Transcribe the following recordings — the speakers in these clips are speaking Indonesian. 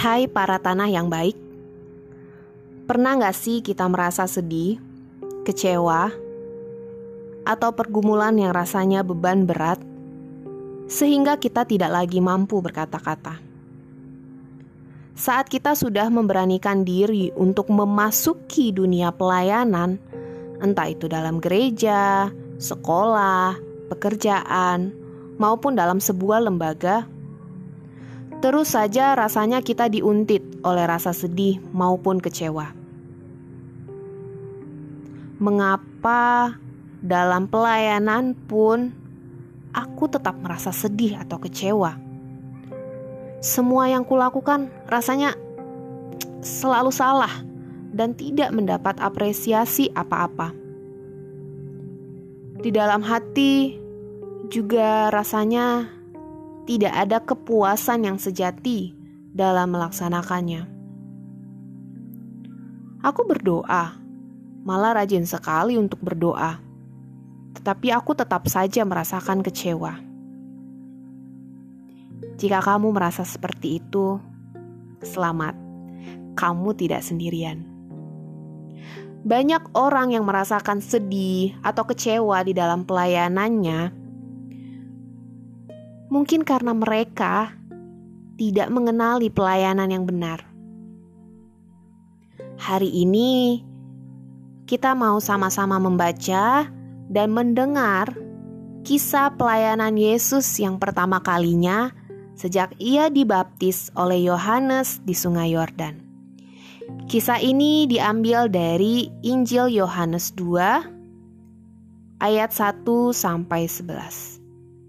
Hai para tanah yang baik, pernah gak sih kita merasa sedih, kecewa, atau pergumulan yang rasanya beban berat, sehingga kita tidak lagi mampu berkata-kata? Saat kita sudah memberanikan diri untuk memasuki dunia pelayanan, entah itu dalam gereja, sekolah, pekerjaan, maupun dalam sebuah lembaga, terus saja rasanya kita diuntit oleh rasa sedih maupun kecewa. Mengapa dalam pelayanan pun aku tetap merasa sedih atau kecewa? Semua yang kulakukan rasanya selalu salah dan tidak mendapat apresiasi apa-apa. Di dalam hati juga rasanya tidak ada kepuasan yang sejati dalam melaksanakannya. Aku berdoa, malah rajin sekali untuk berdoa, tetapi aku tetap saja merasakan kecewa. Jika kamu merasa seperti itu, selamat, kamu tidak sendirian. Banyak orang yang merasakan sedih atau kecewa di dalam pelayanannya, mungkin karena mereka tidak mengenali pelayanan yang benar. Hari ini kita mau sama-sama membaca dan mendengar kisah pelayanan Yesus yang pertama kalinya sejak ia dibaptis oleh Yohanes di Sungai Yordan. Kisah ini diambil dari Injil Yohanes 2 ayat 1 sampai 11.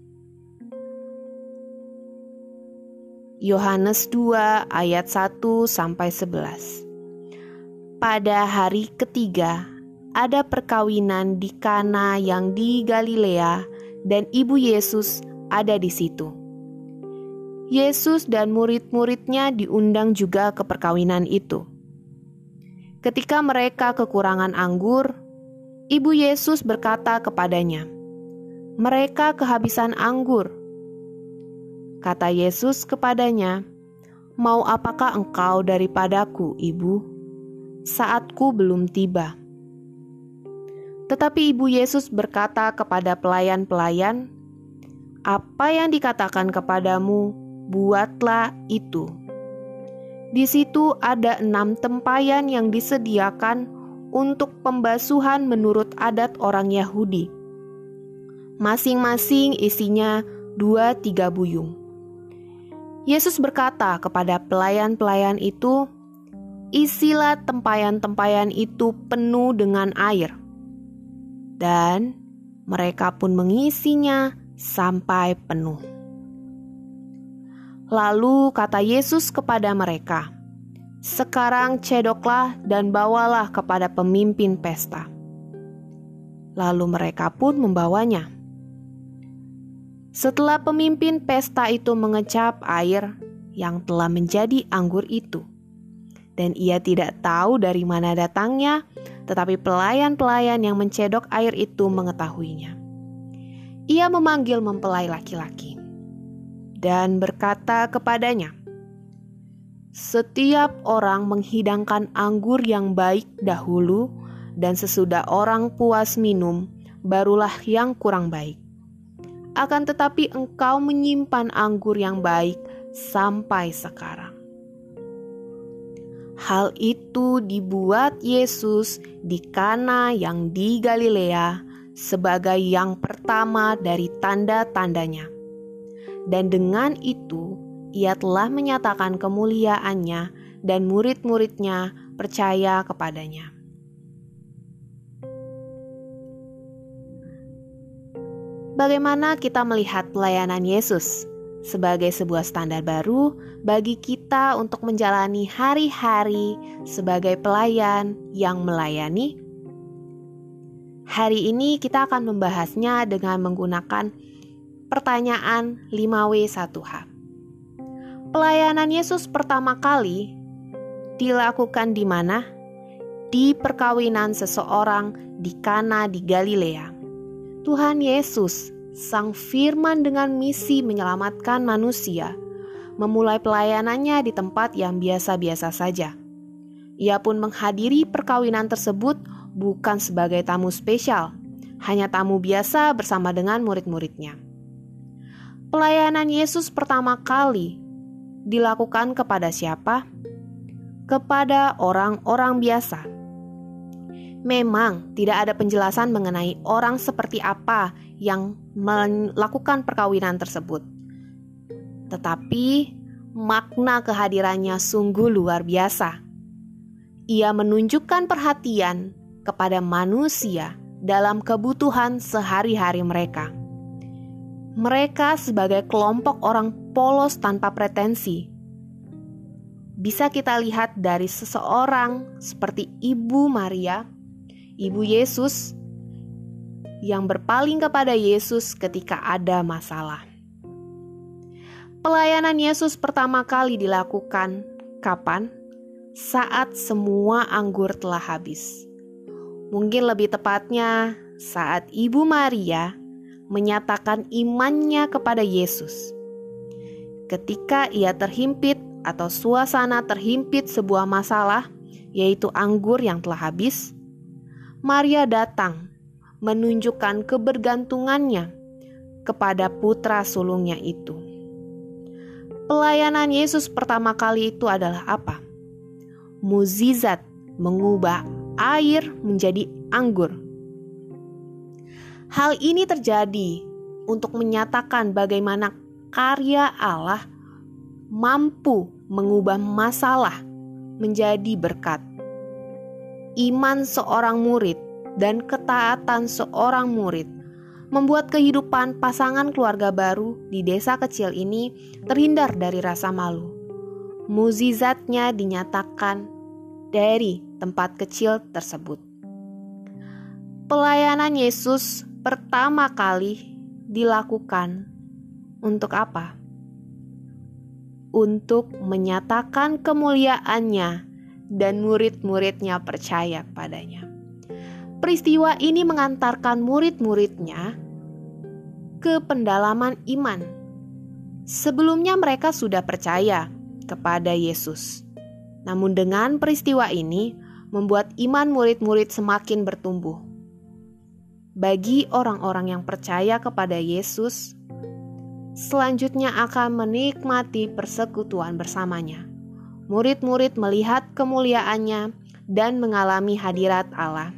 Yohanes 2 ayat 1 sampai 11. Pada hari ketiga ada perkawinan di Kana yang di Galilea dan ibu Yesus ada di situ. Yesus dan murid-muridnya diundang juga ke perkawinan itu. Ketika mereka kekurangan anggur, ibu Yesus berkata kepadanya, "Mereka kehabisan anggur." Kata Yesus kepadanya, "Mau apakah engkau daripadaku, Ibu? Saatku belum tiba." Tetapi ibu Yesus berkata kepada pelayan-pelayan, "Apa yang dikatakan kepadamu, buatlah itu." Di situ ada 6 tempayan yang disediakan untuk pembasuhan menurut adat orang Yahudi. Masing-masing isinya 2-3 buyung. Yesus berkata kepada pelayan-pelayan itu, "Isilah tempayan-tempayan itu penuh dengan air." Dan mereka pun mengisinya sampai penuh. Lalu kata Yesus kepada mereka, "Sekarang cedoklah dan bawalah kepada pemimpin pesta." Lalu mereka pun membawanya. Setelah pemimpin pesta itu mengecap air yang telah menjadi anggur itu, dan ia tidak tahu dari mana datangnya, tetapi pelayan-pelayan yang mencedok air itu mengetahuinya. Ia memanggil mempelai laki-laki dan berkata kepadanya, "Setiap orang menghidangkan anggur yang baik dahulu, dan sesudah orang puas minum, barulah yang kurang baik. Akan tetapi engkau menyimpan anggur yang baik sampai sekarang." Hal itu dibuat Yesus di Kana yang di Galilea sebagai yang pertama dari tanda-tandanya. Dan dengan itu ia telah menyatakan kemuliaannya dan murid-muridnya percaya kepadanya. Bagaimana kita melihat pelayanan Yesus sebagai sebuah standar baru bagi kita untuk menjalani hari-hari sebagai pelayan yang melayani? Hari ini kita akan membahasnya dengan menggunakan pertanyaan 5W1H. Pelayanan Yesus pertama kali dilakukan di mana? Di perkawinan seseorang di Kana di Galilea. Tuhan Yesus, Sang Firman dengan misi menyelamatkan manusia, memulai pelayanannya di tempat yang biasa-biasa saja. Ia pun menghadiri perkawinan tersebut bukan sebagai tamu spesial, hanya tamu biasa bersama dengan murid-muridnya. Pelayanan Yesus pertama kali dilakukan kepada siapa? Kepada orang-orang biasa. Memang tidak ada penjelasan mengenai orang seperti apa yang melakukan perkawinan tersebut. Tetapi makna kehadirannya sungguh luar biasa. Ia menunjukkan perhatian kepada manusia dalam kebutuhan sehari-hari mereka. Mereka sebagai kelompok orang polos tanpa pretensi. Bisa kita lihat dari seseorang seperti Ibu Maria, Ibu Yesus, yang berpaling kepada Yesus ketika ada masalah. Pelayanan Yesus pertama kali dilakukan kapan? Saat semua anggur telah habis. Mungkin lebih tepatnya saat Ibu Maria menyatakan imannya kepada Yesus. Ketika ia terhimpit atau suasana terhimpit sebuah masalah, yaitu anggur yang telah habis, Maria datang menunjukkan kebergantungannya kepada putra sulungnya itu. Pelayanan Yesus pertama kali itu adalah apa? Mukjizat mengubah air menjadi anggur. Hal ini terjadi untuk menyatakan bagaimana karya Allah mampu mengubah masalah menjadi berkat. Iman seorang murid dan ketaatan seorang murid membuat kehidupan pasangan keluarga baru di desa kecil ini terhindar dari rasa malu. Mukjizatnya dinyatakan dari tempat kecil tersebut. Pelayanan Yesus pertama kali dilakukan untuk apa? Untuk menyatakan kemuliaannya dan murid-muridnya percaya kepadanya. Peristiwa ini mengantarkan murid-muridnya ke pendalaman iman. Sebelumnya mereka sudah percaya kepada Yesus. Namun dengan peristiwa ini membuat iman murid-murid semakin bertumbuh. Bagi orang-orang yang percaya kepada Yesus, selanjutnya akan menikmati persekutuan bersamanya. Murid-murid melihat kemuliaannya dan mengalami hadirat Allah.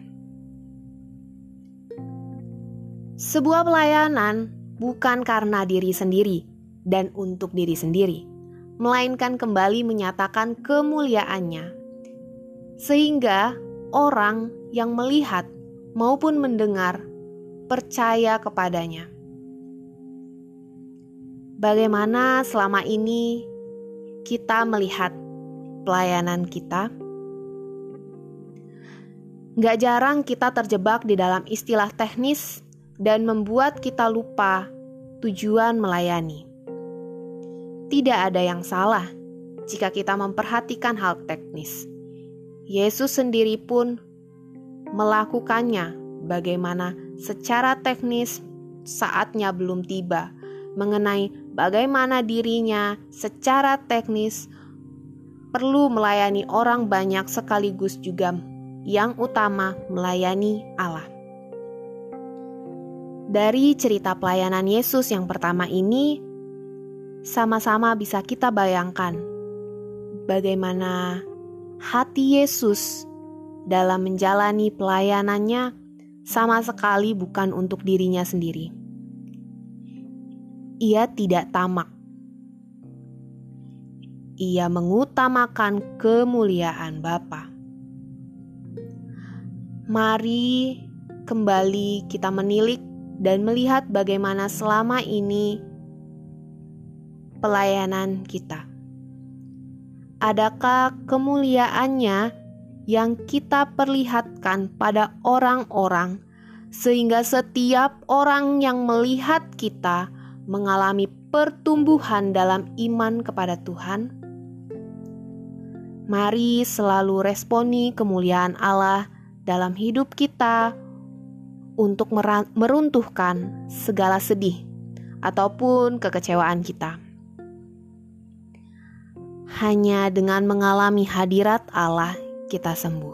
Sebuah pelayanan bukan karena diri sendiri dan untuk diri sendiri, melainkan kembali menyatakan kemuliaannya, sehingga orang yang melihat maupun mendengar percaya kepadanya. Bagaimana selama ini kita melihat pelayanan kita? Gak jarang kita terjebak di dalam istilah teknis dan membuat kita lupa tujuan melayani. Tidak ada yang salah jika kita memperhatikan hal teknis. Yesus sendiri pun melakukannya, bagaimana secara teknis saatnya belum tiba, mengenai bagaimana dirinya secara teknis perlu melayani orang banyak sekaligus juga yang utama melayani Allah. Dari cerita pelayanan Yesus yang pertama ini, sama-sama bisa kita bayangkan bagaimana hati Yesus dalam menjalani pelayanannya sama sekali bukan untuk dirinya sendiri. Ia tidak tamak. Ia mengutamakan kemuliaan Bapa. Mari kembali kita menilik dan melihat bagaimana selama ini pelayanan kita. Adakah kemuliaannya yang kita perlihatkan pada orang-orang sehingga setiap orang yang melihat kita mengalami pertumbuhan dalam iman kepada Tuhan? Mari selalu responi kemuliaan Allah dalam hidup kita untuk meruntuhkan segala sedih ataupun kekecewaan kita. Hanya dengan mengalami hadirat Allah kita sembuh.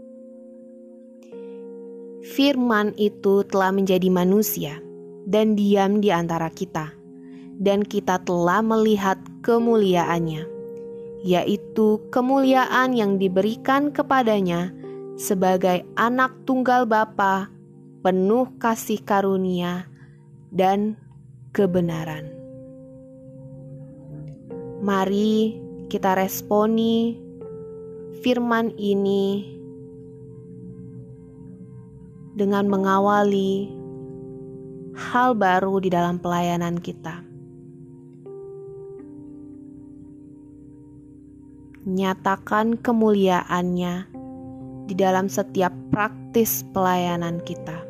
Firman itu telah menjadi manusia dan diam di antara kita, dan kita telah melihat kemuliaannya, yaitu kemuliaan yang diberikan kepadanya sebagai anak tunggal Bapa, penuh kasih karunia dan kebenaran. Mari kita responi firman ini dengan mengawali hal baru di dalam pelayanan kita. Nyatakan kemuliaannya di dalam setiap praktis pelayanan kita.